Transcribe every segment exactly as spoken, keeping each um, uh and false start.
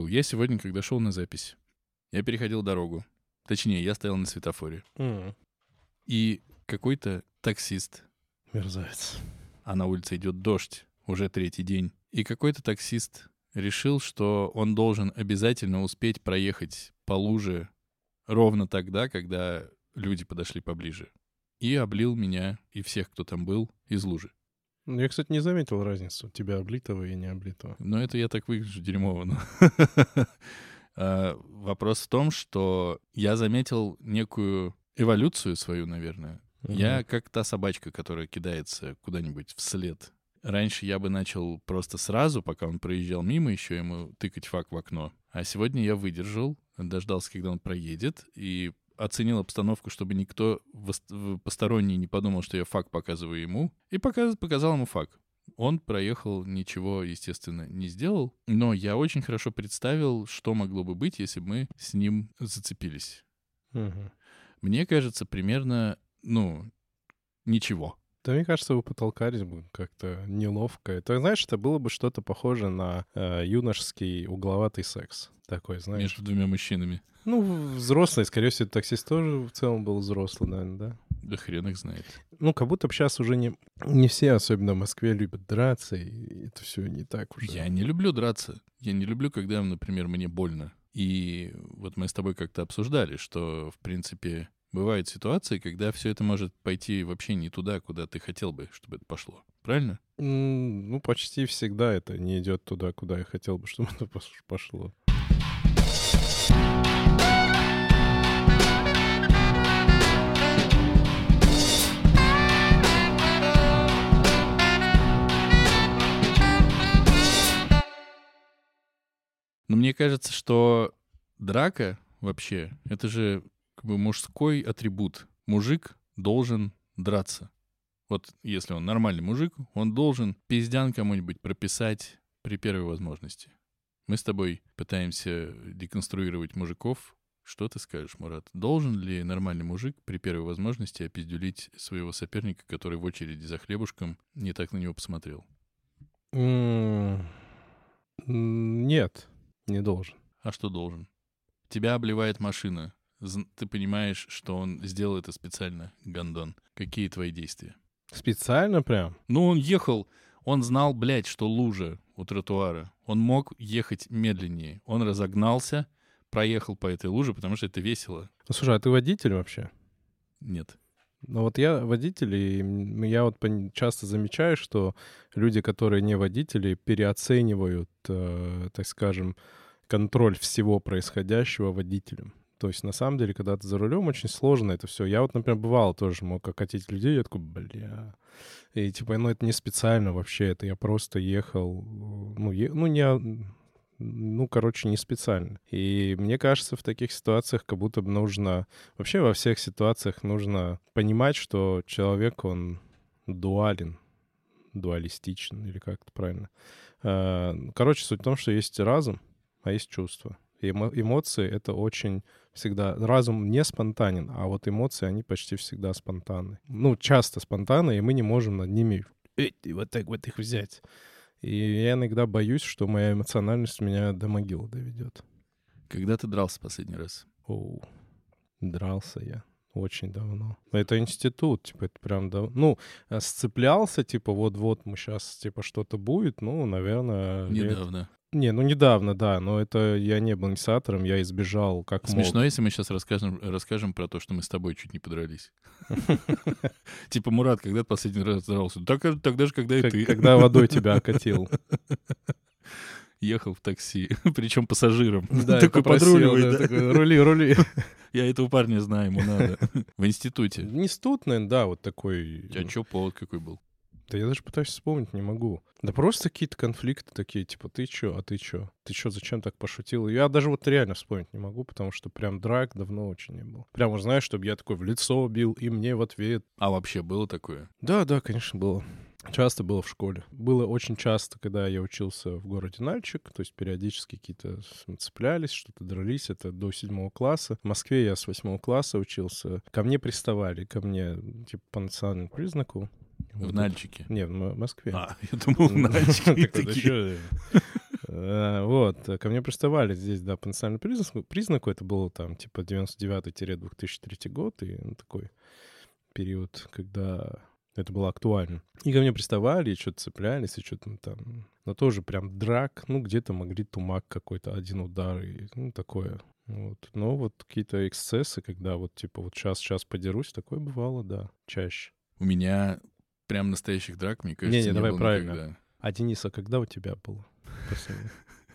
Я сегодня, когда шел на запись, я переходил дорогу. Точнее, я стоял на светофоре. Mm. И какой-то таксист, Мерзавец. а на улице идет дождь, уже третий день, и какой-то таксист решил, что он должен обязательно успеть проехать по луже ровно тогда, когда люди подошли поближе. И облил меня и всех, кто там был, из лужи. Я, кстати, не заметил разницу тебя облитого и не облитого. Но это я так выгляжу дерьмово. но. А, Вопрос в том, что я заметил некую эволюцию свою, наверное. Мгм. Я как та собачка, которая кидается куда-нибудь вслед. Раньше я бы начал просто сразу, пока он проезжал мимо, еще ему тыкать фак в окно. А сегодня я выдержал, дождался, когда он проедет, и оценил обстановку, чтобы никто вос- в- посторонний не подумал, что я фак показываю ему, и показ- показал ему фак. Он проехал, ничего, естественно, не сделал, но я очень хорошо представил, что могло бы быть, если бы мы с ним зацепились. Мгм. Мне кажется, примерно, ну, ничего. Да, мне кажется, вы потолкались бы как-то неловко. Это, знаешь, это было бы что-то похоже на э, юношеский угловатый секс. Такой, знаешь. Между двумя мужчинами. Ну, взрослый, скорее всего, таксист тоже в целом был взрослый, наверное, да? Да хрен их знает. Ну, как будто бы сейчас уже не, не все, особенно в Москве, любят драться, и это все не так уже. Я не люблю драться. Я не люблю, когда, например, мне больно. И вот мы с тобой как-то обсуждали, что, в принципе, бывают ситуации, когда все это может пойти вообще не туда, куда ты хотел бы, чтобы это пошло. Правильно? М, Ну, почти всегда это не идет туда, куда я хотел бы, чтобы это пош- пошло. Но мне кажется, что драка вообще, это же как бы мужской атрибут. Мужик должен драться. Вот если он нормальный мужик, он должен пиздян кому-нибудь прописать при первой возможности. Мы с тобой пытаемся деконструировать мужиков. Что ты скажешь, Мурат? Должен ли нормальный мужик при первой возможности опиздюлить своего соперника, который в очереди за хлебушком не так на него посмотрел? М, м, Нет, не должен. А что должен? Тебя обливает машина. З- Ты понимаешь, что он сделал это специально, гондон. Какие твои действия? Специально прям? Ну, он ехал, он знал, блядь, что лужа у тротуара. Он мог ехать медленнее. Он разогнался, проехал по этой луже, потому что это весело. Ну, слушай, а ты водитель вообще? Нет. Ну вот я водитель, и м, я вот пон- часто замечаю, что люди, которые не водители, переоценивают, э, так скажем, контроль всего происходящего водителем. То есть, на самом деле, когда ты за рулем, очень сложно это все. Я вот, например, бывал тоже, мог окатить людей, я такой, бля. И типа, ну это не специально вообще, это я просто ехал, э, ну, е- ну не, а, ну, короче, не специально. И мне кажется, в таких ситуациях как будто бы нужно, вообще во всех ситуациях нужно понимать, что человек, он дуален, дуалистичен, или как это правильно. А, Короче, суть в том, что есть разум, а есть чувства. И эмо- эмоции — это очень всегда... Разум не спонтанен, а вот эмоции, они почти всегда спонтанны. Ну, часто спонтанны, и мы не можем над ними э, вот так вот их взять. И я иногда боюсь, что моя эмоциональность меня до могилы доведет. Когда ты дрался последний раз? Оу, дрался я очень давно. Это институт, типа, это прям давно. Ну, а сцеплялся, типа, вот-вот мы сейчас, типа, что-то будет, ну, наверное, лет... Недавно. Не, ну, недавно, да, но это я не был инициатором, я избежал как Смешно, мог. если мы сейчас расскажем, расскажем про то, что мы с тобой чуть не подрались. Типа, Мурат, когда ты последний раз дрался? Так, э, тогда же, когда и Как- ты. Когда водой тебя окатил. Ехал в такси, причем пассажиром. Да, и Такой попросил, подруливай, да, да? такой, рули, рули. Я этого парня знаю, ему надо. В институте. Институт, наверное, да, вот такой. У тебя что, повод какой был? Да я даже пытаюсь вспомнить, не могу. Да просто какие-то конфликты такие, типа, ты чё, а ты чё? Ты чё, зачем так пошутил? Я даже вот реально вспомнить не могу, потому что прям драк давно очень не было. Прям, уж знаешь, чтобы я такой в лицо бил, и мне в ответ. А вообще было такое? Да, да, конечно, было. Часто было в школе. Было очень часто, когда я учился в городе Нальчик, то есть периодически какие-то с- цеплялись, что-то дрались. Это до седьмого класса. В Москве я с восьмого класса учился. Ко мне приставали, ко мне, типа, по национальному признаку. В Вот. Нальчике? Не, в М- Москве. А, я думал, в Нальчике Такой, да такие. чё, Э, Вот, ко мне приставали здесь, да, по национальному признаку, признаку. Это было там типа девяносто девятый — две тысячи третий год, и ну, такой период, когда это было актуально. И ко мне приставали, и что-то цеплялись, и что-то там... Но тоже прям драк, ну, где-то могли тумак какой-то, один удар, и ну, такое. Вот. Но вот какие-то эксцессы, когда вот типа вот сейчас-сейчас подерусь, такое бывало, да, чаще. У меня прям настоящих драк, мне кажется, Не-не, не давай было правильно. никогда. А Дениса, когда у тебя было? Последний?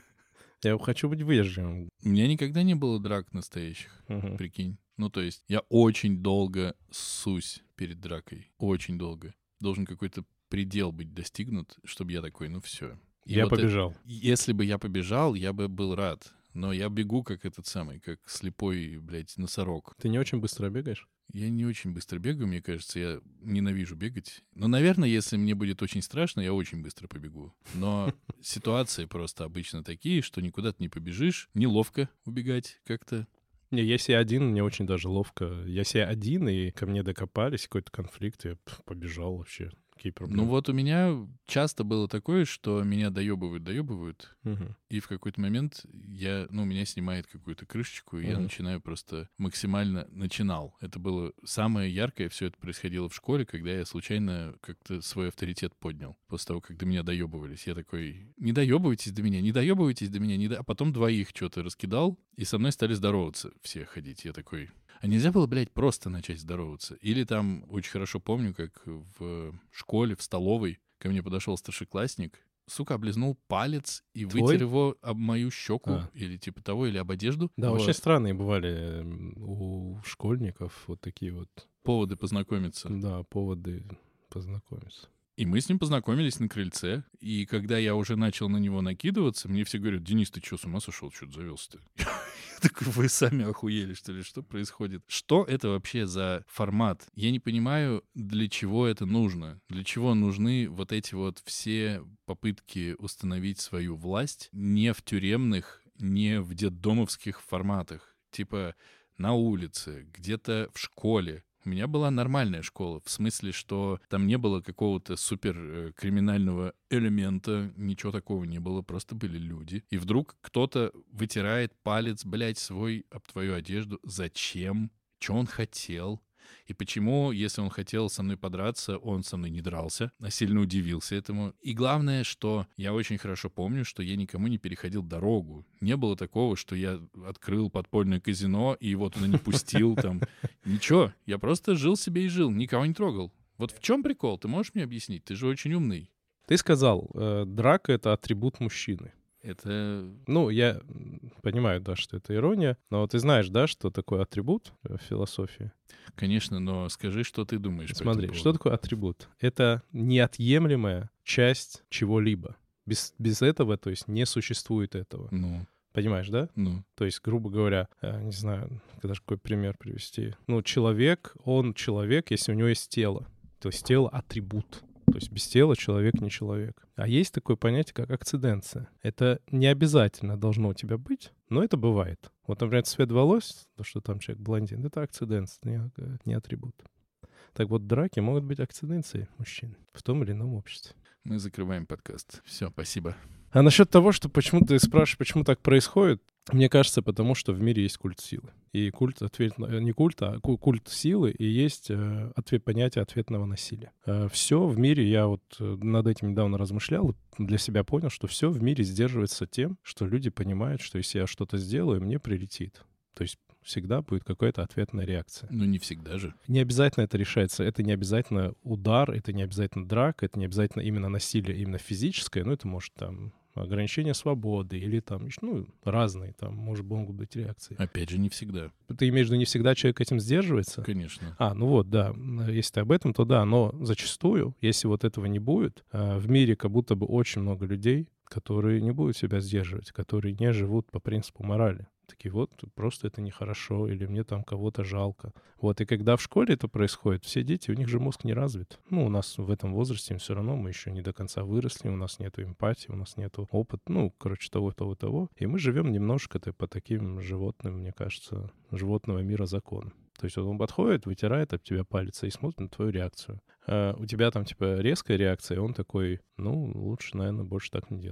Я хочу быть выезжим. У меня никогда не было драк настоящих, Мгм. прикинь. Ну, то есть я очень долго ссусь перед дракой. Очень долго. Должен какой-то предел быть достигнут, чтобы я такой, ну все. Я побежал. Если бы я побежал, я бы был рад. Но я бегу как этот самый, как слепой, блядь, носорог. Ты не очень быстро бегаешь? Я не очень быстро бегаю, мне кажется, я ненавижу бегать. Но, наверное, если мне будет очень страшно, я очень быстро побегу. Но ситуации просто обычно такие, что никуда ты не побежишь, неловко убегать как-то. Не, если я один, мне очень даже ловко. Если я один, и ко мне докопались, какой-то конфликт, я пф, побежал вообще. Какие проблемы? Ну вот у меня часто было такое, что меня доебывают, доебывают, Мгм. и в какой-то момент я, ну, меня снимает какую-то крышечку, и я Мгм. начинаю просто максимально начинал. Это было самое яркое, все это происходило в школе, когда я случайно как-то свой авторитет поднял. После того, как до меня доебывались. Я такой, не доебывайтесь до меня, не доебывайтесь до меня, не до... А потом двоих что-то раскидал, и со мной стали здороваться все ходить. Я такой... А нельзя было, блядь, просто начать здороваться? Или там, очень хорошо помню, как в школе, в столовой ко мне подошел старшеклассник, сука, облизнул палец и Твой? вытер его об мою щеку, А. или типа того, или об одежду. Да, Вот. очень странные бывали м, у школьников вот такие вот, Поводы познакомиться. да, поводы познакомиться. И мы с ним познакомились на крыльце. И когда я уже начал на него накидываться, мне все говорят, Денис, ты что, с ума сошел? Что ты завелся-то? Я такой, вы сами охуели, что ли? Что происходит? Что это вообще за формат? Я не понимаю, для чего это нужно. Для чего нужны вот эти вот все попытки установить свою власть не в тюремных, не в детдомовских форматах. Типа на улице, где-то в школе. У меня была нормальная школа, в смысле, что там не было какого-то супер э, криминального элемента, ничего такого не было, просто были люди. И вдруг кто-то вытирает палец, блядь, свой об твою одежду. Зачем? Что он хотел? И почему, если он хотел со мной подраться, он со мной не дрался, а сильно удивился этому. И главное, что я очень хорошо помню, что я никому не переходил дорогу. Не было такого, что я открыл подпольное казино и его туда не пустил там. Ничего, я просто жил себе и жил, никого не трогал. Вот в чем прикол? Ты можешь мне объяснить? Ты же очень умный. Ты сказал, э, драка — это атрибут мужчины. Это... Ну, я м, понимаю, да, что это ирония, но ты знаешь, да, что такое атрибут в философии? Конечно, но скажи, что ты думаешь по Смотри, этому что поводу. такое атрибут? Это неотъемлемая часть чего-либо. Без, без этого, то есть, не существует этого. Ну, Понимаешь, да? ну. То есть, грубо говоря, э, не знаю, даже какой пример привести. Ну, человек, он человек, если у него есть тело. То есть тело — атрибут. То есть без тела человек не человек. А есть такое понятие, как акциденция. Это не обязательно должно у тебя быть, но это бывает. Вот, например, цвет волос, то, что там человек блондин, это акциденция, не, не атрибут. Так вот, драки могут быть акциденцией мужчин в том или ином обществе. Мы закрываем подкаст. Все, спасибо. А насчет того, что почему ты спрашиваешь, почему так происходит, мне кажется, потому что в мире есть культ силы. И культ ответ... не культ, а ку- культ силы, и есть э, ответ... понятие ответного насилия. Э, все в мире, я вот э, над этим недавно размышлял, и для себя понял, что все в мире сдерживается тем, что люди понимают, что если я что-то сделаю, мне прилетит. То есть всегда будет какая-то ответная реакция. Ну, не всегда же. Не обязательно это решается. Это не обязательно удар, это не обязательно драка, это не обязательно именно насилие, именно физическое. Ну, это может там ограничение свободы или там, ну, разные там, может, могут быть реакции. Опять же, не всегда. Ты имеешь в виду, не всегда человек этим сдерживается? Конечно. А, ну вот, да. Если ты об этом, то да. Но зачастую, если вот этого не будет, в мире как будто бы очень много людей, которые не будут себя сдерживать, которые не живут по принципу морали. Такие вот, просто это нехорошо, или мне там кого-то жалко. Вот, и когда в школе это происходит, все дети, у них же мозг не развит. Ну, у нас в этом возрасте все равно мы еще не до конца выросли, у нас нету эмпатии, у нас нету опыта, ну, короче, того, того, того. И мы живем немножко по таким животным, мне кажется, животного мира законам. То есть вот он подходит, вытирает об тебя палец и смотрит на твою реакцию. А у тебя там, типа, резкая реакция, и он такой, ну, лучше, наверное, больше так не делать.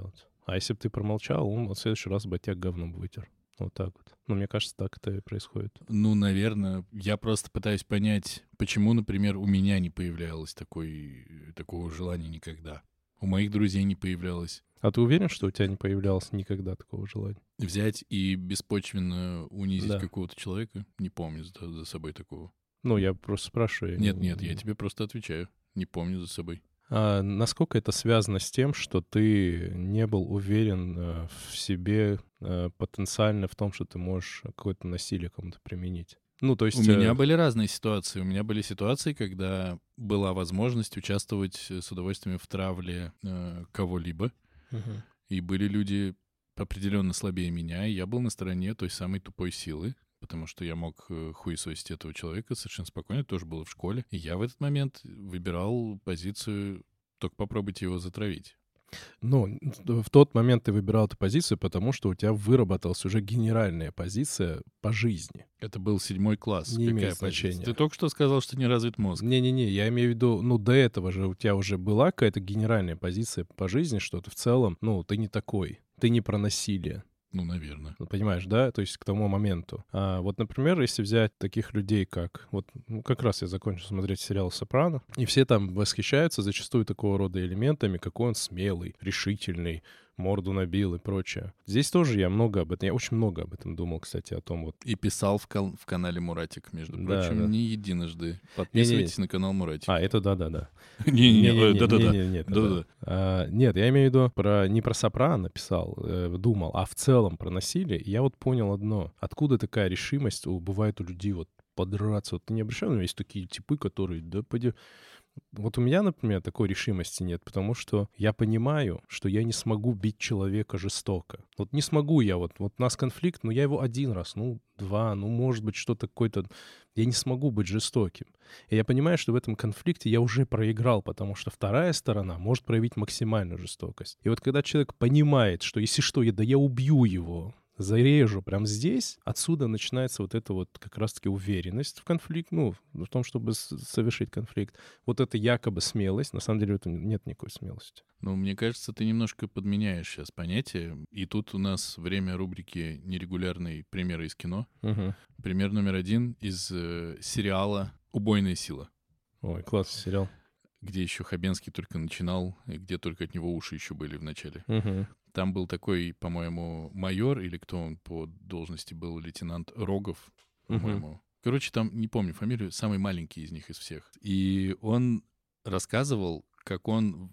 А если бы ты промолчал, он в следующий раз бы тебя говном вытер. Вот так вот. Ну, мне кажется, так это и происходит. Ну, наверное, я просто пытаюсь понять, почему, например, у меня не появлялось такой, такого желания никогда. У моих друзей не появлялось. А ты уверен, что у тебя не появлялось никогда такого желания? Взять и беспочвенно унизить Да. какого-то человека? Не помню за, за собой такого. Ну, я просто спрашиваю. Нет, нет, я тебе просто отвечаю. Не помню за собой. А насколько это связано с тем, что ты не был уверен э, в себе э, потенциально в том, что ты можешь какое-то насилие кому-то применить? Ну, то есть... У э, меня были разные ситуации. У меня были ситуации, когда была возможность участвовать с удовольствием в травле э, кого-либо. Мгм. И были люди определенно слабее меня, и я был на стороне той самой тупой силы, потому что я мог э, хуесосить этого человека совершенно спокойно, это тоже было в школе. И я в этот момент выбирал позицию «только попробуйте его затравить». Ну, в тот момент ты выбирал эту позицию, потому что у тебя выработалась уже генеральная позиция по жизни. Это был седьмой класс. Не Какая имеет позиция? значения. Ты только что сказал, что не развит мозг. Не-не-не, я имею в виду, ну, до этого же у тебя уже была какая-то генеральная позиция по жизни, что ты в целом, ну, ты не такой, ты не про насилие. Ну, наверное. Ну, понимаешь, да? То есть к тому моменту. А вот, например, если взять таких людей, как... Вот ну, как раз я закончил смотреть сериал «Сопрано», и все там восхищаются зачастую такого рода элементами, какой он смелый, решительный, морду набил и прочее. Здесь тоже я много об этом... Я очень много об этом думал, кстати, о том вот... И писал в, кал- в канале Муратик, между Да, прочим, да. не единожды. Подписывайтесь на канал Муратик. А, это да-да-да. Не-не-не, э, да-да-да. Не-не-не, нет, Да-да-да. это- а, нет, я имею в виду про не про Сопрано писал, э, думал, а в целом про насилие. И я вот понял одно: откуда такая решимость у, бывает у людей вот подраться. Вот ты не обращал внимания, есть такие типы, которые, да поди... Вот у меня, например, такой решимости нет, потому что я понимаю, что я не смогу бить человека жестоко. Вот не смогу я, вот, вот у нас конфликт, но я его один раз, ну, два, ну, может быть, что-то какое-то... Я не смогу быть жестоким. И я понимаю, что в этом конфликте я уже проиграл, потому что вторая сторона может проявить максимальную жестокость. И вот когда человек понимает, что если что, я, да я убью его, зарежу прямо здесь, отсюда начинается вот эта вот как раз-таки уверенность в конфликт, ну, в том, чтобы с- совершить конфликт. Вот это якобы смелость, на самом деле в этом нет никакой смелости. Ну, мне кажется, ты немножко подменяешь сейчас понятие. И тут у нас время рубрики «Нерегулярные примеры из кино». Мгм. Пример номер один из э, сериала «Убойная сила», Ой, классный сериал. где еще Хабенский только начинал, и где только от него уши еще были в начале. Мгм. Там был такой, по-моему, майор, или кто он по должности был, лейтенант Рогов, Мгм. по-моему. Короче, там, не помню фамилию, самый маленький из них, из всех. И он рассказывал, как он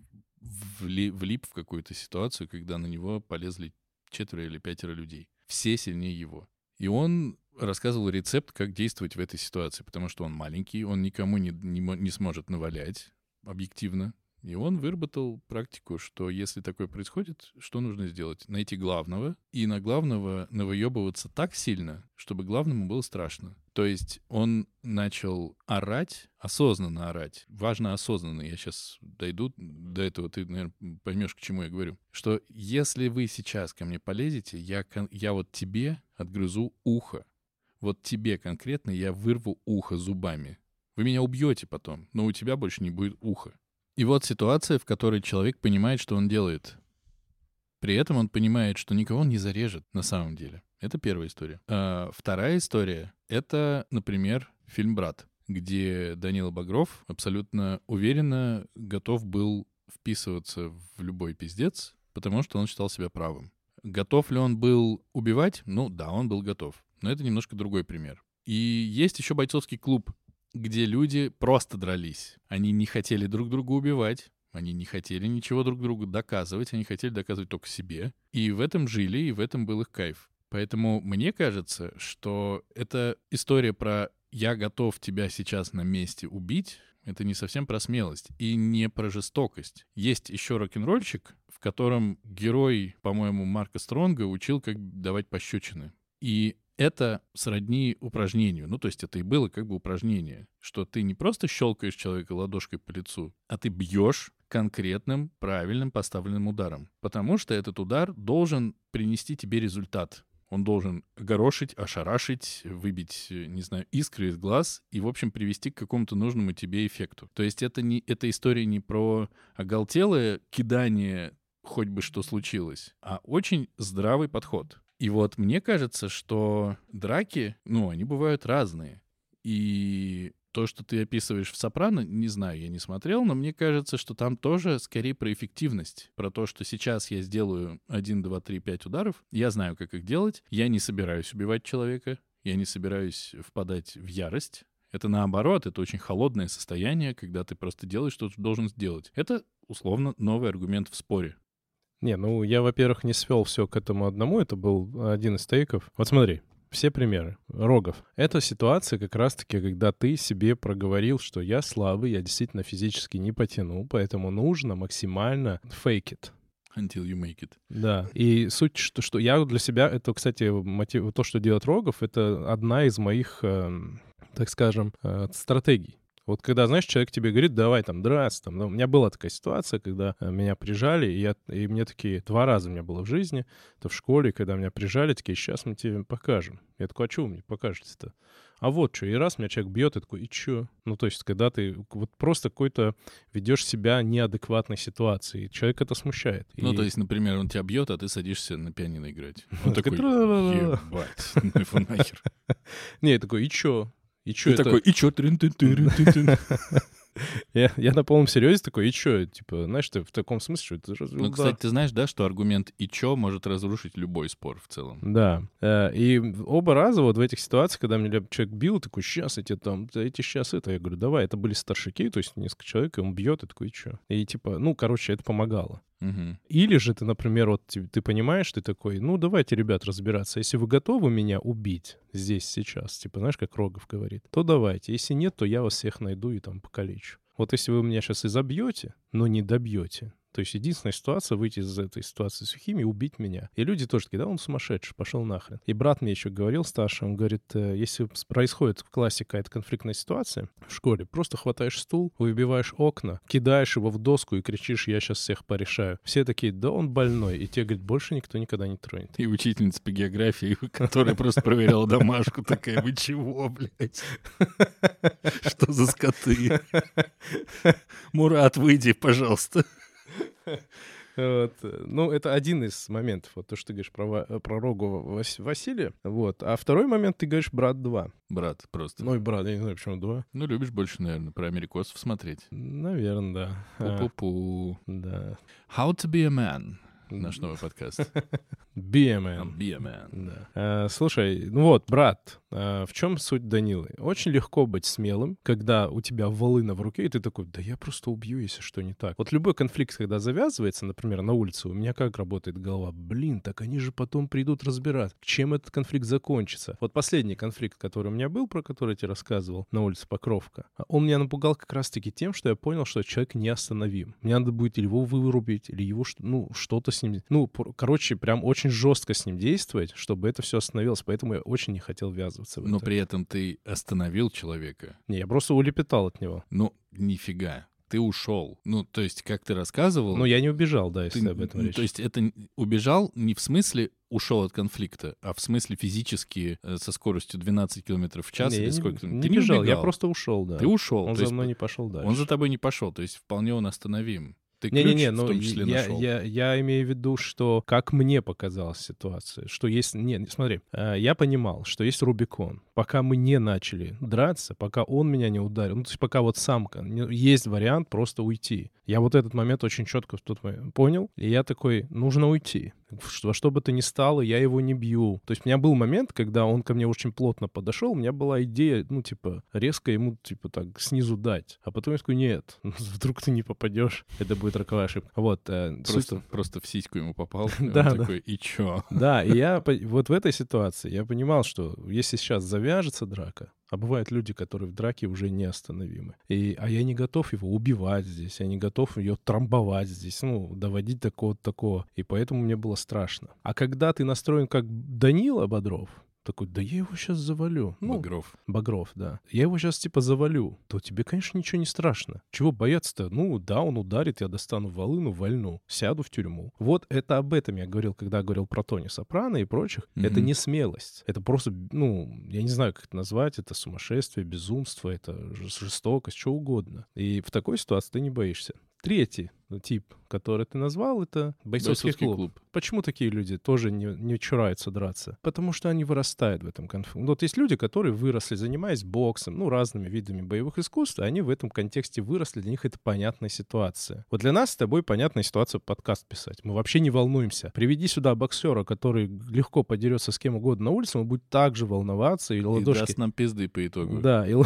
вли- влип в какую-то ситуацию, когда на него полезли четверо или пятеро людей. Все сильнее его. И он рассказывал рецепт, как действовать в этой ситуации, потому что он маленький, он никому не, не, мо- не сможет навалять объективно. И он выработал практику, что если такое происходит, что нужно сделать? Найти главного, и на главного навыебываться так сильно, чтобы главному было страшно. То есть он начал орать, осознанно орать. Важно осознанно. Я сейчас дойду до этого, ты, наверное, поймешь, к чему я говорю. Что если вы сейчас ко мне полезете, я, кон- я вот тебе отгрызу ухо. Вот тебе конкретно я вырву ухо зубами. Вы меня убьете потом, но у тебя больше не будет уха. И вот ситуация, в которой человек понимает, что он делает. При этом он понимает, что никого он не зарежет на самом деле. Это первая история. А вторая история — это, например, фильм «Брат», где Данила Багров абсолютно уверенно готов был вписываться в любой пиздец, потому что он считал себя правым. Готов ли он был убивать? Ну да, он был готов. Но это немножко другой пример. И есть еще бойцовский клуб, где люди просто дрались. Они не хотели друг друга убивать, они не хотели ничего друг другу доказывать, они хотели доказывать только себе. И в этом жили, и в этом был их кайф. Поэтому мне кажется, что эта история про «я готов тебя сейчас на месте убить», это не совсем про смелость и не про жестокость. Есть еще рок-н-ролльщик, в котором герой, по-моему, Марка Стронга учил, как давать пощечины. И это сродни упражнению. Ну, то есть это и было как бы упражнение, что ты не просто щелкаешь человека ладошкой по лицу, а ты бьешь конкретным, правильным поставленным ударом. Потому что этот удар должен принести тебе результат. Он должен огорошить, ошарашить, выбить, не знаю, искры из глаз и, в общем, привести к какому-то нужному тебе эффекту. То есть это не, эта история не про оголтелое кидание хоть бы что случилось, а очень здравый подход. И вот мне кажется, что драки, ну, они бывают разные. И то, что ты описываешь в «Сопрано», не знаю, я не смотрел, но мне кажется, что там тоже скорее про эффективность. Про то, что сейчас я сделаю один, два, три, пять ударов, я знаю, как их делать, я не собираюсь убивать человека, я не собираюсь впадать в ярость. Это наоборот, это очень холодное состояние, когда ты просто делаешь, что ты должен сделать. Это, условно, новый аргумент в споре. Не, ну я, во-первых, не свел все к этому одному, это был один из тейков. Вот смотри, все примеры. Рогов. Это ситуация как раз-таки, когда ты себе проговорил, что я слабый, я действительно физически не потяну, поэтому нужно максимально fake it. Until you make it. Да. И суть, что, что я для себя, это, кстати, мотив, то, что делает Рогов, это одна из моих, э, так скажем, э, стратегий. Вот когда, знаешь, человек тебе говорит, давай там драться, там, ну, у меня была такая ситуация, когда меня прижали, и, я, и мне такие, два раза у меня было в жизни, это в школе, когда меня прижали, такие, сейчас мы тебе покажем. Я такой, а что вы мне покажете-то? А вот что, и раз меня человек бьет, и такой, и что? Ну, то есть, когда ты вот просто какой-то ведешь себя неадекватной ситуации, человек это смущает. Ну, и... то есть, например, он тебя бьет, а ты садишься на пианино играть. Он такой, ебать, ну его нахер. Не, такой, и что? И чё ты это? такой, и чё? я, я на полном серьезе такой, и чё? Типа, знаешь, ты в таком смысле, что это... Ну, кстати, ты знаешь, да, что аргумент «и чё» может разрушить любой спор в целом. Да. И оба раза вот в этих ситуациях, когда меня человек бил, такой, сейчас эти там, эти сейчас это. Я говорю, давай, это были старшики, то есть несколько человек, и он бьет, и такой, и чё? И типа, ну, короче, это помогало. Угу. Или же ты, например, вот ты, ты понимаешь, ты такой, ну, давайте, ребят, разбираться. Если вы готовы меня убить здесь, сейчас, типа, знаешь, как Рогов говорит, то давайте. Если нет, то я вас всех найду и там покалечу. Вот если вы меня сейчас и забьете, но не добьете, то есть единственная ситуация — выйти из этой ситуации сухими и убить меня. И люди тоже такие, да, он сумасшедший, пошел нахрен. И брат мне еще говорил, старший, он говорит, если происходит в классе какая-то конфликтная ситуация в школе, просто хватаешь стул, выбиваешь окна, кидаешь его в доску и кричишь, я сейчас всех порешаю. Все такие, да он больной. И тебе, говорит, больше никто никогда не тронет. И учительница по географии, которая просто проверяла домашку, такая, вы чего, блядь? Что за скоты? Мурат, выйди, пожалуйста. Вот. Ну, это один из моментов, вот то, что ты говоришь про, про Рогова Вас, Василия. Вот. А второй момент, ты говоришь, брат два. Брат просто. Ну и брат, я не знаю, почему два. Ну, любишь больше, наверное, про америкосов смотреть. Наверное, да. Пу-пу-пу. А, да. How to be a man. Наш новый подкаст. Be a man. Be a man. Да. А, слушай, ну вот, брат, а, в чем суть Данилы? Очень легко быть смелым, когда у тебя волына в руке, и ты такой, да я просто убью, если что не так. Вот любой конфликт, когда завязывается, например, на улице, у меня как работает голова? Блин, так они же потом придут разбирать, чем этот конфликт закончится. Вот последний конфликт, который у меня был, про который я тебе рассказывал, на улице Покровка, он меня напугал как раз-таки тем, что я понял, что человек неостановим. Мне надо будет или его вырубить, или его, ну, что-то с ним... Ну, короче, прям очень жестко с ним действовать, чтобы это все остановилось. Поэтому я очень не хотел ввязываться в Но это. при этом ты остановил человека. Не, я просто улепетал от него. Ну, нифига. Ты ушел. Ну, то есть, как ты рассказывал... Ну, я не убежал, да, если ты, об этом речь. То есть это убежал не в смысле ушел от конфликта, а в смысле физически э, со скоростью двенадцать километров в час не, или я сколько? Не, ты не бежал, убегал. я просто ушел, да. Ты ушел. Он то за есть, мной не пошел дальше. Он за тобой не пошел, то есть вполне он остановим. Ты Не-не-не, ключ ну, в том числе я, нашел. я, я имею в виду, что как мне показалась ситуация, что есть... Не, смотри, я понимал, что есть Рубикон. Пока мы не начали драться, пока он меня не ударил, ну, то есть пока вот самка, есть вариант просто уйти. Я вот этот момент очень четко в тот момент понял, и я такой, нужно уйти. Во что бы то ни стало, я его не бью. То есть у меня был момент, когда он ко мне очень плотно подошел, у меня была идея, ну, типа, резко ему, типа, так, снизу дать. А потом я такой, нет, вдруг ты не попадешь, это будет роковая ошибка. Вот. Просто, суть... просто в сиську ему попал, и он да, такой, и чё? Да, и я вот в этой ситуации я понимал, что если сейчас завяжется драка, а бывают люди, которые в драке уже неостановимы. И, а я не готов его убивать здесь, я не готов ее трамбовать здесь, ну, доводить до какого-то такого. И поэтому мне было страшно. А когда ты настроен как Данила Бодров, такой, да я его сейчас завалю. Ну, Багров. Багров, да. Я его сейчас типа завалю. То тебе, конечно, ничего не страшно. Чего бояться-то? Ну, да, он ударит, я достану волыну, вальну, сяду в тюрьму. Вот это об этом я говорил, когда говорил про Тони Сопрано и прочих. Mm-hmm. Это не смелость. Это просто, ну, я не знаю, как это назвать. Это сумасшествие, безумство, это жестокость, что угодно. И в такой ситуации ты не боишься. Третий тип, который ты назвал, это бойцовский, Бойцовский клуб. клуб. Почему такие люди тоже не, не чураются драться? Потому что они вырастают в этом конфликте. Вот есть люди, которые выросли, занимаясь боксом, ну, разными видами боевых искусств, и они в этом контексте выросли, для них это понятная ситуация. Вот для нас с тобой понятная ситуация подкаст писать. Мы вообще не волнуемся. Приведи сюда боксера, который легко подерется с кем угодно на улице, он будет так же волноваться, и ладошки... И даст нам пизды по итогу. Да, и...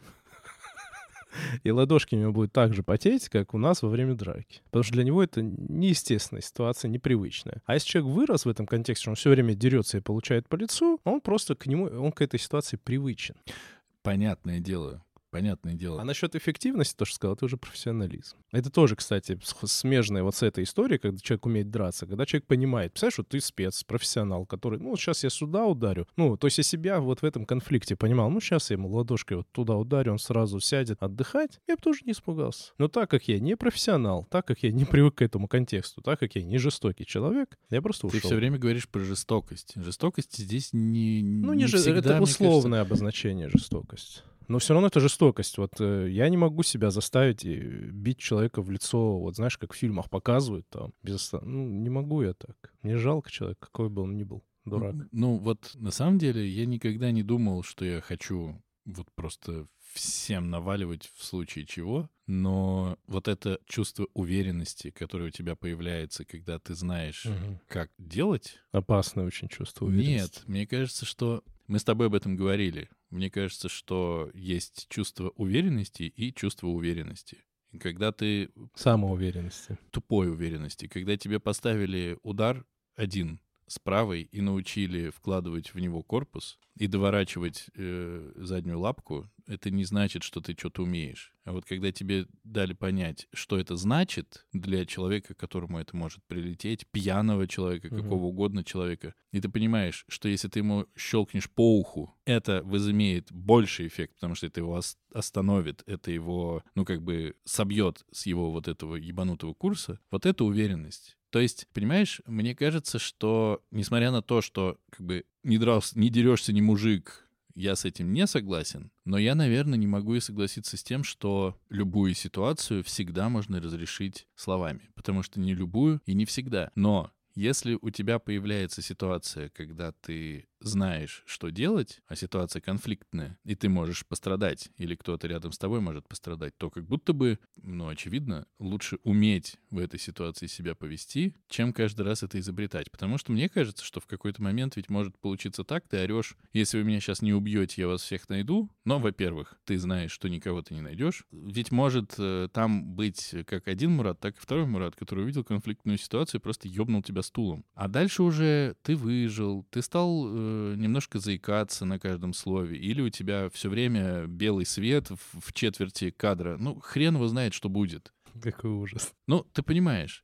И ладошки у него будут так же потеть, как у нас во время драки. Потому что для него это неестественная ситуация, непривычная. А если человек вырос в этом контексте, что он все время дерется и получает по лицу, он просто к нему, он к этой ситуации привычен. Понятное дело. Понятное дело. А насчет эффективности, то, что сказал, это уже профессионализм. Это тоже, кстати, смежное вот с этой историей, когда человек умеет драться, когда человек понимает, представляешь, что ты спец, профессионал, который, ну, сейчас я сюда ударю. Ну, то есть я себя вот в этом конфликте понимал, ну, сейчас я ему ладошкой вот туда ударю, он сразу сядет отдыхать, я бы тоже не испугался. Но так как я не профессионал, так как я не привык к этому контексту, так как я не жестокий человек, я просто ушел. Ты все время говоришь про жестокость. Жестокость здесь не, ну, не не всегда, это мне условное кажется... обозначение жестокость. Но все равно это жестокость. Вот э, я не могу себя заставить и бить человека в лицо, вот знаешь, как в фильмах показывают там. Без оста... Ну, не могу я так. Мне жалко человека, какой бы он ни был. Дурак. Ну, ну, вот на самом деле я никогда не думал, что я хочу вот просто всем наваливать в случае чего, но вот это чувство уверенности, которое у тебя появляется, когда ты знаешь, Угу. как делать... Опасное очень чувство уверенности. Нет, мне кажется, что... Мы с тобой об этом говорили. Мне кажется, что есть чувство уверенности и чувство уверенности. И когда ты... Самоуверенности. Тупой уверенности. Когда тебе поставили удар один с правой и научили вкладывать в него корпус и доворачивать э, заднюю лапку, это не значит, что ты что-то умеешь. А вот когда тебе дали понять, что это значит для человека, которому это может прилететь, пьяного человека, Мгм. какого угодно человека, и ты понимаешь, что если ты ему щелкнешь по уху, это возымеет больший эффект, потому что это его ос- остановит, это его, ну, как бы собьет с его вот этого ебанутого курса, вот это уверенность. То есть, понимаешь, мне кажется, что, несмотря на то, что как бы не дрался, не дерешься, не мужик, я с этим не согласен, но я, наверное, не могу и согласиться с тем, что любую ситуацию всегда можно разрешить словами, потому что не любую и не всегда. Но если у тебя появляется ситуация, когда ты знаешь, что делать, а ситуация конфликтная, и ты можешь пострадать, или кто-то рядом с тобой может пострадать, то как будто бы, ну, очевидно, лучше уметь в этой ситуации себя повести, чем каждый раз это изобретать. Потому что мне кажется, что в какой-то момент ведь может получиться так, ты орешь, если вы меня сейчас не убьете, я вас всех найду. Но, во-первых, ты знаешь, что никого ты не найдешь. Ведь может э, там быть как один Мурат, так и второй Мурат, который увидел конфликтную ситуацию и просто ёбнул тебя стулом. А дальше уже ты выжил, ты стал э, немножко заикаться на каждом слове, или у тебя все время белый свет в, в четверти кадра. Ну, хрен его знает, что будет. Какой ужас. Ну, ты понимаешь.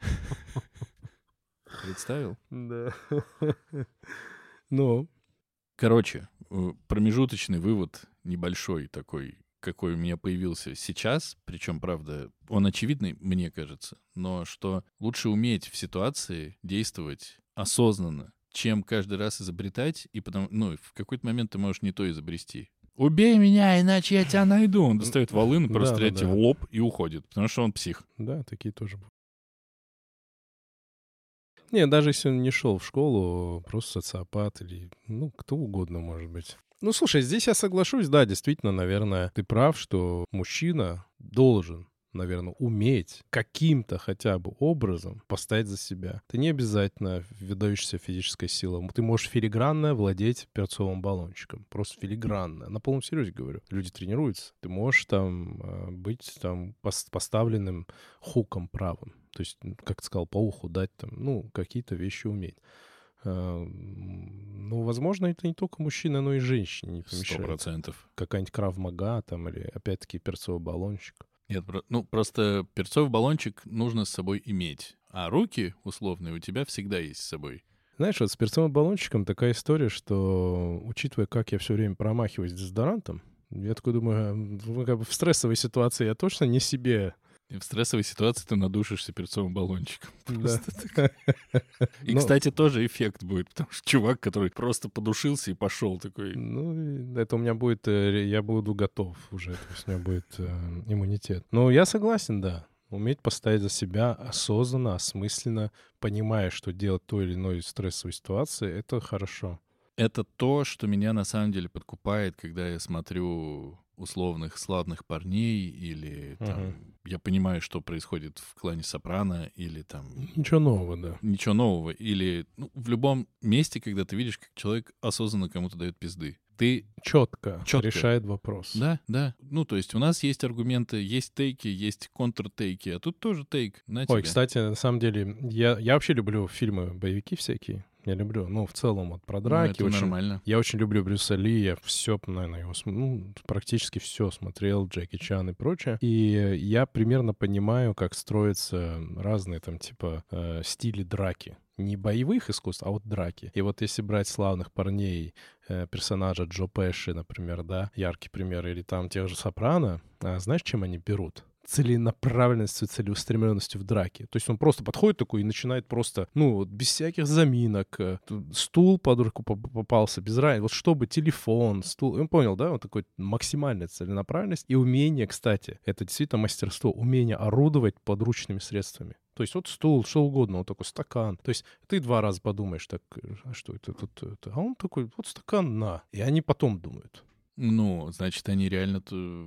Представил? Да. Ну, Короче, э, промежуточный вывод небольшой такой, какой у меня появился сейчас, причем, правда, он очевидный, мне кажется, но что лучше уметь в ситуации действовать осознанно, чем каждый раз изобретать, и потом, ну, в какой-то момент ты можешь не то изобрести. «Убей меня, иначе я тебя найду!» Он достает волыну, просто Да, стреляет да, тебе да. в лоб и уходит, потому что он псих. да, такие тоже бывают. Не, даже если он не шел в школу, просто социопат или, ну, кто угодно может быть. Ну, слушай, здесь я соглашусь, да, действительно, наверное, ты прав, что мужчина должен, наверное, уметь каким-то хотя бы образом постоять за себя. Ты не обязательно выдающаяся физической силой. Ты можешь филигранно владеть перцовым баллончиком. Просто филигранно. На полном серьезе говорю. Люди тренируются. Ты можешь там э, быть там пос- поставленным хуком правым. То есть, м, как ты сказал, по уху дать там, ну, какие-то вещи уметь. Э, м, Ну, возможно, это не только мужчина, но и женщине не Сто помешает. процентов. Какая-нибудь крав-мага там или, опять-таки, перцовый баллончик. Нет, про- ну просто перцовый баллончик нужно с собой иметь, а руки условные у тебя всегда есть с собой. Знаешь, вот с перцовым баллончиком такая история, что, учитывая, как я все время промахиваюсь дезодорантом, я такой думаю, ну, как бы в стрессовой ситуации я точно не себе. И в стрессовой ситуации ты надушишься перцовым баллончиком. Да. Просто так. И, Но- кстати, тоже эффект будет, потому что чувак, который просто подушился и пошел такой... Ну, и это у меня будет, э, ре- я буду готов уже, то есть у меня будет э, иммунитет. Ну, я согласен, да. Уметь постоять за себя осознанно, осмысленно, понимая, что делать в той или иной стрессовой ситуации, это хорошо. Это то, что меня на самом деле подкупает, когда я смотрю условных славных парней, или там, Мгм. я понимаю, что происходит в клане Сопрано, или там Ничего нового, да. ничего нового, или ну, в любом месте, когда ты видишь, как человек осознанно кому-то дает пизды. Ты Четко, Чётко. решает вопрос. Да, да. Ну, то есть у нас есть аргументы, есть тейки, есть контртейки, а тут тоже тейк. На Ой, тебе. кстати, на самом деле, я, я вообще люблю фильмы, боевики всякие. Я люблю, ну, в целом, вот про Ну, драки. это очень, нормально. Я очень люблю Брюса Ли, я все, наверное, его, см- ну, практически все смотрел, Джеки Чан и прочее. И я примерно понимаю, как строятся разные там, типа, э, стили драки. Не боевых искусств, а вот драки. И вот если брать славных парней, э, персонажа Джо Пэши, например, да, яркий пример, или там тех же Сопрано, а знаешь, чем они берут? Целенаправленностью, целеустремленностью в драке. То есть он просто подходит такой и начинает просто, ну, вот без всяких заминок. э, тут Стул под руку поп- попался, без разницы. Вот чтобы телефон, стул. Он понял, да? Вот такой максимальная целенаправленность. И умение, кстати, это действительно мастерство, умение орудовать подручными средствами. То есть вот стул, что угодно, вот такой стакан. То есть ты два раза подумаешь, так, а что это тут? Это? А он такой, вот стакан, на. И они потом думают. Ну, значит, они реально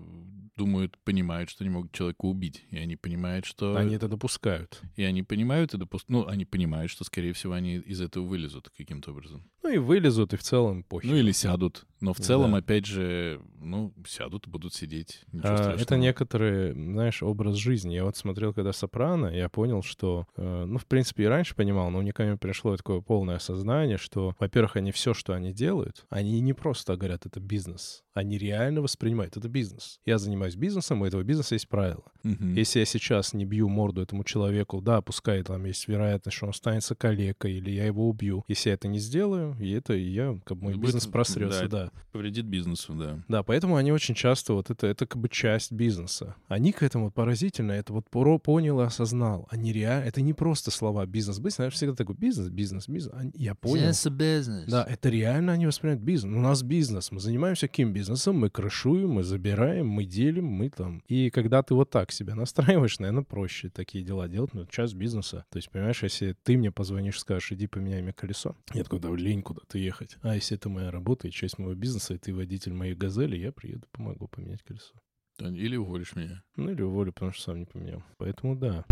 думают, понимают, что они могут человека убить. И они понимают, что... Они это допускают. И они понимают и допускают... Ну, они понимают, что, скорее всего, они из этого вылезут каким-то образом. Ну и вылезут, и в целом похер. Ну, или сядут. Но в целом, Да. опять же, ну, сядут и будут сидеть. Ничего А, страшного. это некоторые, знаешь, образ жизни. Я вот смотрел, когда «Сопрано», я понял, что, э, ну, в принципе, и раньше понимал, но мне ко мне пришло такое полное осознание, что, во-первых, они все, что они делают, они не просто говорят, это бизнес. Они реально воспринимают, это бизнес. Я занимаюсь бизнесом, у этого бизнеса есть правила. Мгм. Если я сейчас не бью морду этому человеку, да, пускай там есть вероятность, что он останется калекой, или я его убью. Если я это не сделаю, и это и я, как бы, мой Будет- бизнес просрется, да, да. Повредит бизнесу, да. Да, поэтому они очень часто вот это, это как бы часть бизнеса. Они к этому поразительно, это вот про- понял и осознал. Они реально, это не просто слова бизнес. Бизнес, знаешь, всегда такой бизнес, бизнес, бизнес. Они- я понял. бизнес. Да, это реально они воспринимают бизнес. У нас бизнес, мы занимаемся каким бизнесом? Мы крышуем, мы забираем, мы делим, мы там. И когда ты вот так себя настраиваешь, наверное, проще такие дела делать, но это часть бизнеса. То есть, понимаешь, если ты мне позвонишь, скажешь, иди поменяй мне колесо, я такой, да лень куда-то ехать. А если это моя работа и часть моего бизнеса, и ты водитель моей «Газели», я приеду, помогу поменять колесо. Или уволишь меня. Ну или уволю, потому что сам не поменял. Поэтому да.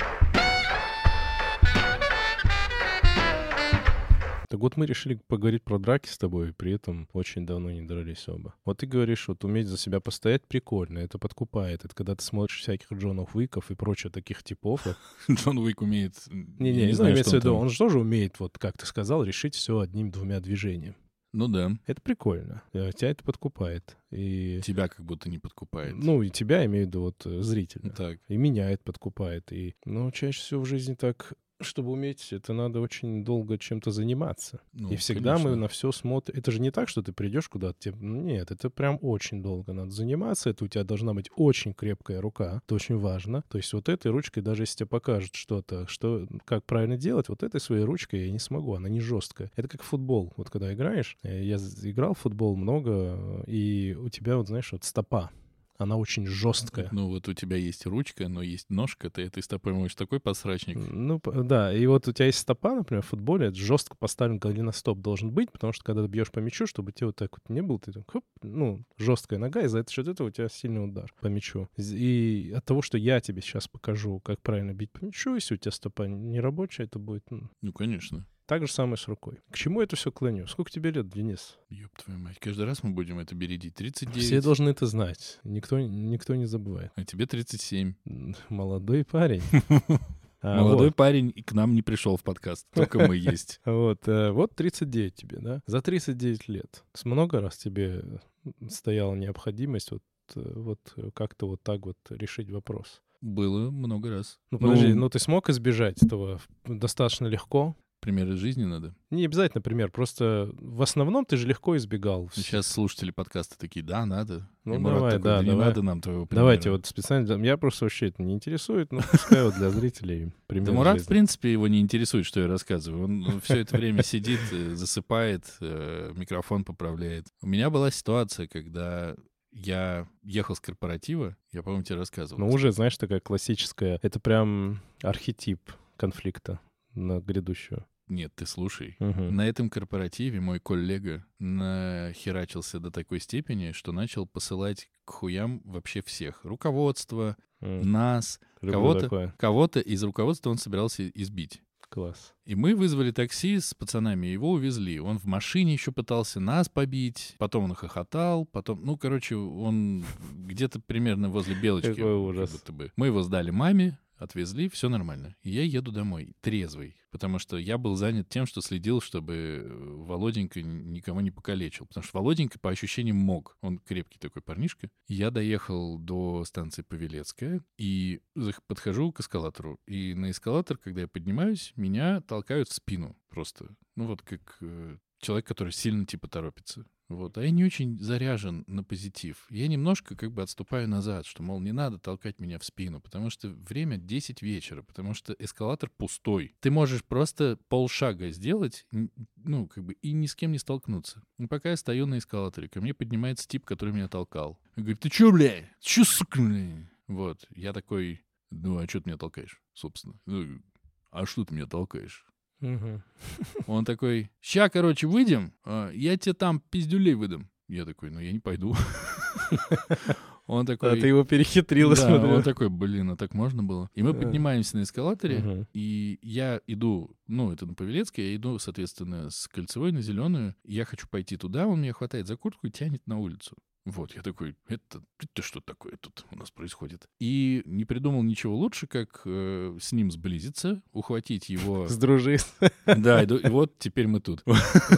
Так вот мы решили поговорить про драки с тобой, и при этом очень давно не дрались оба. Вот ты говоришь, вот уметь за себя постоять прикольно, это подкупает. Это когда ты смотришь всяких Джонов Уиков и прочее таких типов. вот. Джон Уик умеет... Не-не, я не знаю, знаю, имеется в что виду, там. он же тоже умеет, вот как ты сказал, решить все одним-двумя движениями. Ну да. Это прикольно. Э, Тебя это подкупает. И... Тебя как будто не подкупает. Ну, и тебя, имею в виду, вот э, зрителя. Так. И меня это подкупает. И, ну, чаще всего в жизни так, чтобы уметь, это надо очень долго чем-то заниматься. Ну, и всегда мы конечно. на все смотрим. Это же не так, что ты придешь куда-то. Тебе... Нет, это прям очень долго надо заниматься. Это у тебя должна быть очень крепкая рука. Это очень важно. То есть вот этой ручкой, даже если тебе покажут что-то, что, как правильно делать, вот этой своей ручкой я не смогу. Она не жесткая. Это как футбол. Вот когда играешь, э, я з- играл в футбол много, и у тебя, вот знаешь, вот стопа. Она очень жесткая. Ну вот у тебя есть ручка, но есть ножка, ты этой стопой можешь такой подсрачник. Ну, п- да, и вот у тебя есть стопа, например, в футболе, это жестко поставлен голеностоп должен быть, потому что когда ты бьешь по мячу, чтобы тебе вот так вот не было, ты так, хоп, ну, жесткая нога, и за это счет этого у тебя сильный удар по мячу. З- И от того, что я тебе сейчас покажу, как правильно бить по мячу, если у тебя стопа не рабочая, это будет ну, Ну, конечно. так же самое с рукой. К чему это все клоню? Сколько тебе лет, Денис? Ёб твою мать. Каждый раз мы будем это бередить. тридцать девять. Все должны это знать. Никто, никто не забывает. А тебе тридцать семь. М, Молодой парень. А, Молодой вот. парень и к нам не пришел в подкаст. Только мы есть. Вот, э, вот тридцать девять тебе, да? За тридцать девять лет. С много раз тебе стояла необходимость вот, э, вот э, как-то вот так вот решить вопрос? Было много раз. Ну, подожди, Ну, ну ты смог избежать этого достаточно легко? пример из жизни надо. Не обязательно пример, просто в основном ты же легко избегал. всё. Сейчас слушатели подкаста такие, да, надо. Ну, И Мурат давай, такой, да, не давай. надо нам твоего примера. Давайте вот специально... для- Я просто вообще это не интересует, но пускай вот для зрителей пример Да Мурат, в жизни. принципе, его не интересует, что я рассказываю. Он все это время сидит, э, засыпает, э, микрофон поправляет. У меня была ситуация, когда я ехал с корпоратива, я, по-моему, тебе рассказывал. Ну, уже, знаешь, такая классическая, это прям архетип конфликта на грядущего. Нет, ты слушай. Угу. На этом корпоративе мой коллега нахерачился до такой степени, что начал посылать к хуям вообще всех. Руководство, Mm. нас, Люблю кого-то, такое. кого-то из руководства он собирался избить. Класс. И мы вызвали такси с пацанами, его увезли. Он в машине еще пытался нас побить, потом он хохотал, потом... Ну, короче, он где-то примерно возле Белочки. Какой ужас. Как будто бы. Мы его сдали маме, отвезли, все нормально. И я еду домой, трезвый, потому что я был занят тем, что следил, чтобы Володенька никого не покалечил. Потому что Володенька, по ощущениям, мог. Он крепкий такой парнишка. Я доехал до станции Павелецкая и подхожу к эскалатору. И на эскалатор, когда я поднимаюсь, меня толкают в спину просто. Ну вот как э, человек, который сильно типа торопится. Вот. А я не очень заряжен на позитив. Я немножко как бы отступаю назад, что, мол, не надо толкать меня в спину, потому что время десять вечера, потому что эскалатор пустой. Ты можешь просто полшага сделать, ну, как бы, и ни с кем не столкнуться. И пока я стою на эскалаторе, ко мне поднимается тип, который меня толкал. Он говорит: ты чё, бля? Чё, сука, бля? Вот. Я такой: ну, а чё ты меня толкаешь, собственно? Ну, а что ты меня толкаешь? Угу. Он такой: ща, короче, выйдем, я тебе там пиздюлей выдам. Я такой: ну, я не пойду. Он такой... А ты его перехитрил, я да, смотрю. он такой: блин, а так можно было? И мы Да. поднимаемся на эскалаторе, Мгм. и я иду, ну, это на Павелецкой, я иду, соответственно, с Кольцевой на Зеленую. Я хочу пойти туда, он меня хватает за куртку и тянет на улицу. Вот, я такой: это, это что такое тут у нас происходит? И не придумал ничего лучше, как э, с ним сблизиться, ухватить его... Сдружись. Да, и, до- и вот теперь мы тут.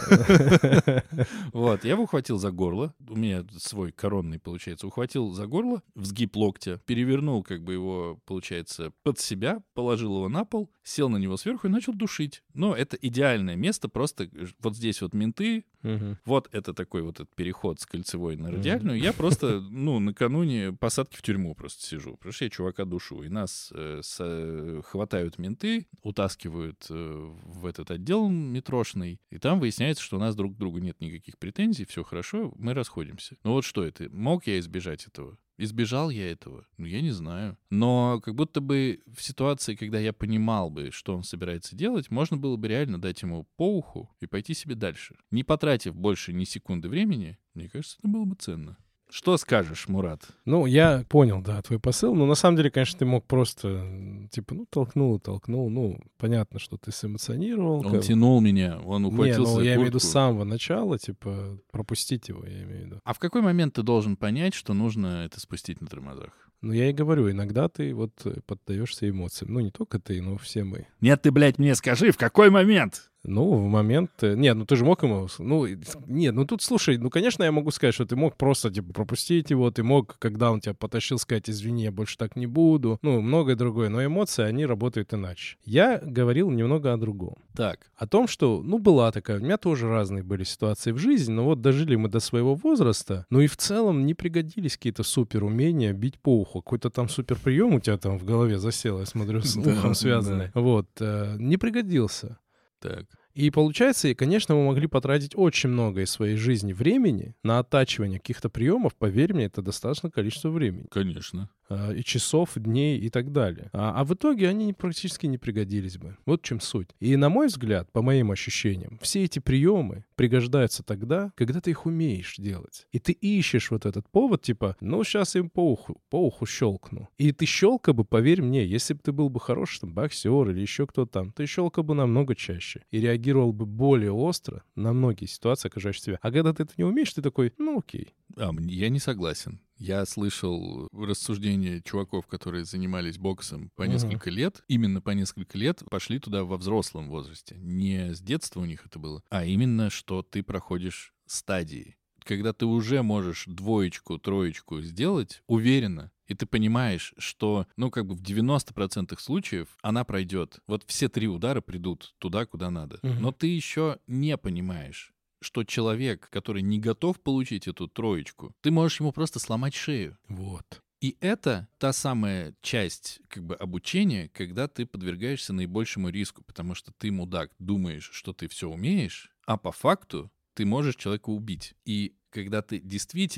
Вот, я его ухватил за горло, у меня свой коронный, получается, ухватил за горло, в сгиб локтя, перевернул как бы его, получается, под себя, положил его на пол, сел на него сверху и начал душить. Но это идеальное место, просто вот здесь вот менты, Мгм. вот это такой вот этот переход с Кольцевой на Радиальную. Я просто, ну, накануне посадки в тюрьму просто сижу, потому что я чувака душу. И нас э, с- э, хватают менты, утаскивают э, в этот отдел метрошный, и там выясняется, что у нас друг к другу нет никаких претензий, все хорошо, мы расходимся. Ну вот что это? Мог я избежать этого? Избежал я этого? Ну, я не знаю. Но как будто бы в ситуации, когда я понимал бы, что он собирается делать, можно было бы реально дать ему по уху и пойти себе дальше. Не потратив больше ни секунды времени, мне кажется, это было бы ценно. Что скажешь, Мурат? Ну, я понял, да, твой посыл. Но на самом деле, конечно, ты мог просто, м, типа, ну, толкнул и толкнул. Ну, понятно, что ты сэмоционировал. Он как- тянул меня, он Не, ухватился ну, за я имею в виду с куртку. самого начала, типа, пропустить его, я имею в виду. А в какой момент ты должен понять, что нужно это спустить на тормозах? Ну, я и говорю, иногда ты вот э, поддаешься эмоциям. Ну, не только ты, но все мы. Нет, ты, блядь, мне скажи, в какой момент? Ну, в момент... э, Нет, ну ты же мог ему... Ну, и- нет, ну тут, слушай, ну, конечно, я могу сказать, что ты мог просто, типа, пропустить его, ты мог, когда он тебя потащил, сказать: извини, я больше так не буду, ну, многое другое, но эмоции, они работают иначе. Я говорил немного о другом. Так, О том, что, ну, была такая, у меня тоже разные были ситуации в жизни, но вот дожили мы до своего возраста, ну и в целом не пригодились какие-то супер умения бить по уху. Какой-то там супер прием у тебя там в голове засел, я смотрю, с Да, ухом связанный. Вот, э, не пригодился. так. И получается, и, конечно, мы могли потратить очень много из своей жизни времени на оттачивание каких-то приемов. Поверь мне, это достаточное количество времени. Конечно. а, И часов, дней и так далее. А, а в итоге они не- практически не пригодились бы. Вот в чем суть. И на мой взгляд, по моим ощущениям, все эти приемы пригождаются тогда, когда ты их умеешь делать. И ты ищешь вот этот повод, типа, ну, сейчас им по уху, по уху щелкну. И ты щелкал бы, поверь мне, если бы ты был бы хороший там боксер или еще кто там, ты щелкал бы намного чаще и реагировал бы более остро на многие ситуации, окружающие тебя. А когда ты это не умеешь, ты такой: ну, окей. А, м, я не согласен. Я слышал рассуждения чуваков, которые занимались боксом по Мгм. несколько лет, именно по несколько лет пошли туда во взрослом возрасте. Не с детства у них это было, а именно, что ты проходишь стадии. Когда ты уже можешь двоечку, троечку сделать уверенно, и ты понимаешь, что, ну, как бы в девяноста процентах случаев она пройдет. Вот все три удара придут туда, куда надо. Мгм. Но ты еще не понимаешь, что человек, который не готов получить эту троечку, ты можешь ему просто сломать шею. Вот. И это та самая часть как бы обучения, когда ты подвергаешься наибольшему риску, потому что ты, мудак, думаешь, что ты все умеешь, а по факту ты можешь человека убить. И когда ты действительно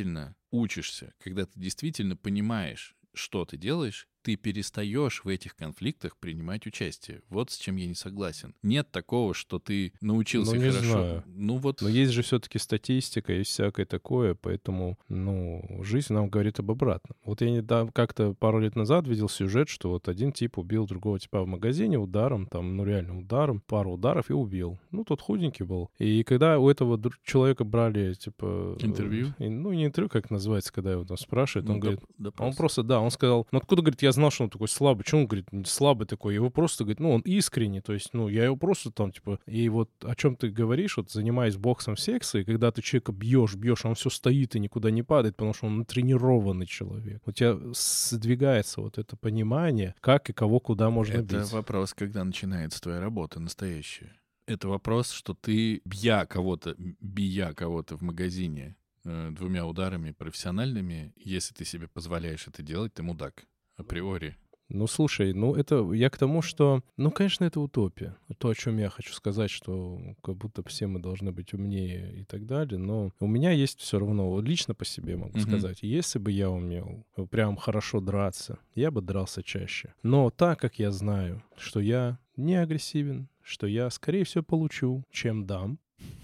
учишься, когда ты действительно понимаешь, что ты делаешь, ты перестаешь в этих конфликтах принимать участие. Вот с чем я не согласен. Нет такого, что ты научился Ну, не хорошо. знаю. Ну вот. Но есть же все-таки статистика, есть всякое такое, поэтому, ну, жизнь нам говорит об обратном. Вот я недавно, как-то пару лет назад видел сюжет, что вот один тип убил другого типа в магазине ударом, там, ну, реально ударом, пару ударов и убил. Ну, тот худенький был. И когда у этого дру- человека брали, типа... Интервью? э, ну, не интервью, как называется, когда его там спрашивают, Ну, он говорит... доп- Он допрос. просто, да, он сказал, ну, откуда, говорит, я знал, что он такой слабый. Почему он, говорит, слабый такой? Его просто, говорит, ну, он искренний, то есть, ну, я его просто там, типа... И вот о чем ты говоришь, вот, занимаясь боксом в сексе, и когда ты человека бьешь, бьешь, он все стоит и никуда не падает, потому что он натренированный человек. У тебя сдвигается вот это понимание, как и кого куда можно Это бить. вопрос, когда начинается твоя работа настоящая. Это вопрос, что ты, бья кого-то, бия кого-то в магазине э, двумя ударами профессиональными, если ты себе позволяешь это делать, ты мудак. Априори. Ну, слушай, ну, это я к тому, что, ну, конечно, это утопия. То, о чем я хочу сказать, что как будто все мы должны быть умнее и так далее, но у меня есть все равно, лично по себе могу Мгм. сказать, если бы я умел прям хорошо драться, я бы дрался чаще. Но так как я знаю, что я не агрессивен, что я, скорее всего, получу, чем дам,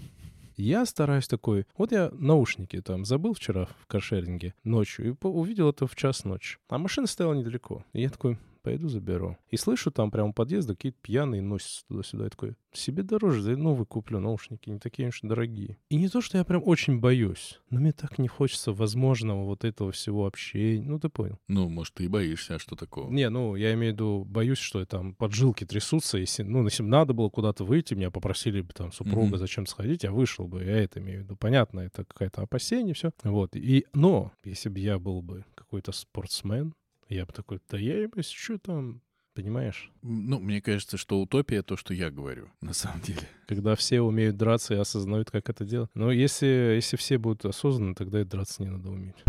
я стараюсь такой... Вот я наушники там забыл вчера в каршеринге ночью и по- увидел это в час ночи. А машина стояла недалеко. И я такой, пойду заберу. И слышу там прямо у подъезда какие-то пьяные носятся туда-сюда. Я такой, себе дороже, да и новые куплю наушники, не такие уж дорогие. И не то, что я прям очень боюсь, но мне так не хочется возможного вот этого всего общения. Ну, ты понял. Ну, может, ты и боишься, а что такого? Не, ну, я имею в виду, боюсь, что там поджилки трясутся, если, ну, если бы надо было куда-то выйти, меня попросили бы там супруга Мгм. зачем сходить, я вышел бы, я это имею в виду. Понятно, это какое-то опасение, все. Вот, и, но, если бы я был бы какой-то спортсмен, я бы такой, да я, им, если что там, понимаешь? М, Ну, мне кажется, что утопия — то, что я говорю, на самом деле. Когда все умеют драться и осознают, как это делать. Но если, если все будут осознанны, тогда и драться не надо уметь.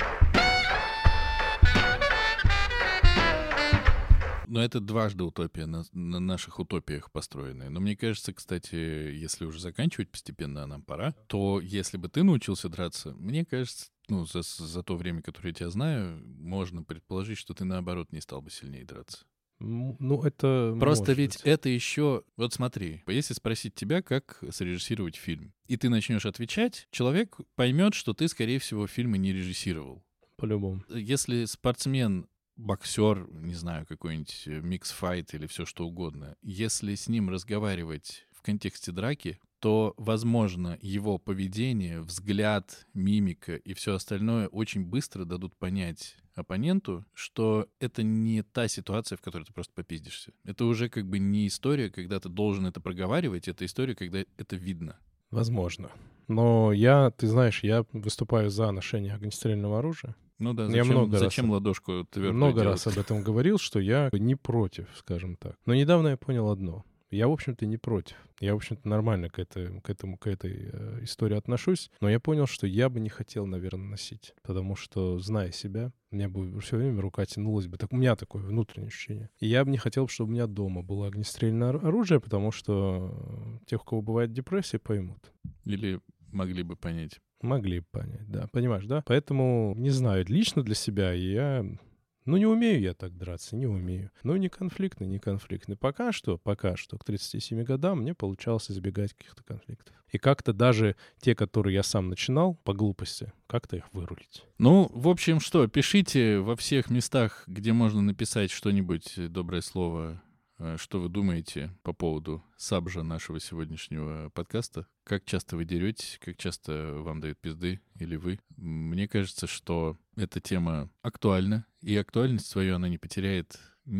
Но это дважды утопия, на, на наших утопиях построенная. Но мне кажется, кстати, если уже заканчивать постепенно, а нам пора, то если бы ты научился драться, мне кажется, ну, за, за то время, которое я тебя знаю, можно предположить, что ты, наоборот, не стал бы сильнее драться. М, Ну, это Просто может ведь быть. это еще... Вот смотри, если спросить тебя, как срежиссировать фильм, и ты начнешь отвечать, человек поймет, что ты, скорее всего, фильмы не режиссировал. По-любому. Если спортсмен, боксер, не знаю, какой-нибудь микс-файт или все что угодно, если с ним разговаривать в контексте драки, то, возможно, его поведение, взгляд, мимика и все остальное очень быстро дадут понять оппоненту, что это не та ситуация, в которой ты просто попиздишься. Это уже как бы не история, когда ты должен это проговаривать, это история, когда это видно. Возможно. Но я, ты знаешь, я выступаю за ношение огнестрельного оружия. Ну да, Я зачем, много раз зачем об- ладошку твердую Много делать? раз об этом говорил, что я не против, скажем так. Но недавно я понял одно. Я, в общем-то, не против. Я, в общем-то, нормально к, этой, к, этому, к этой э, истории отношусь. Но я понял, что я бы не хотел, наверное, носить. Потому что, зная себя, у меня бы все время рука тянулась бы. Так, у меня такое внутреннее ощущение. И я бы не хотел, чтобы у меня дома было огнестрельное ор- оружие, потому что э, тех, у кого бывает депрессия, поймут. Или могли бы понять. Могли бы понять, да. Понимаешь, да? Поэтому, не знаю, лично для себя я... Ну, не умею я так драться, не умею. Ну, не конфликтный, не конфликтный. Пока что, пока что, к тридцати семи годам мне получалось избегать каких-то конфликтов. И как-то даже те, которые я сам начинал по глупости, как-то их вырулить. Ну, в общем, что, пишите во всех местах, где можно написать что-нибудь, э, доброе слово, э, что вы думаете по поводу сабжа нашего сегодняшнего подкаста. Как часто вы деретесь, как часто вам дают пизды или вы. Мне кажется, что эта тема актуальна, и актуальность свою она не потеряет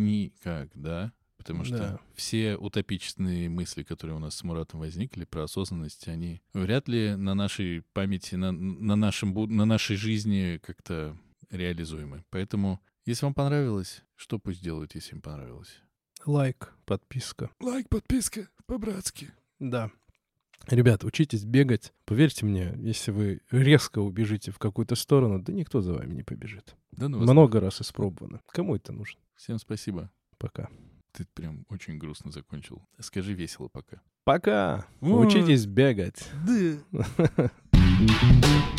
никогда. Потому что Да. все утопические мысли, которые у нас с Муратом возникли про осознанность, они вряд ли на нашей памяти, на, на, нашем, буд- на нашей жизни как-то реализуемы. Поэтому, если вам понравилось, что пусть делают, если им понравилось? Лайк, подписка. Лайк, подписка, по-братски. Да. Ребят, учитесь бегать. Поверьте мне, если вы резко убежите в какую-то сторону, да никто за вами не побежит. Да ну вас Много раз испробовано. Кому это нужно? Всем спасибо. Пока. Ты прям очень грустно закончил. Скажи весело пока. Пока. Ой. Учитесь бегать. Да.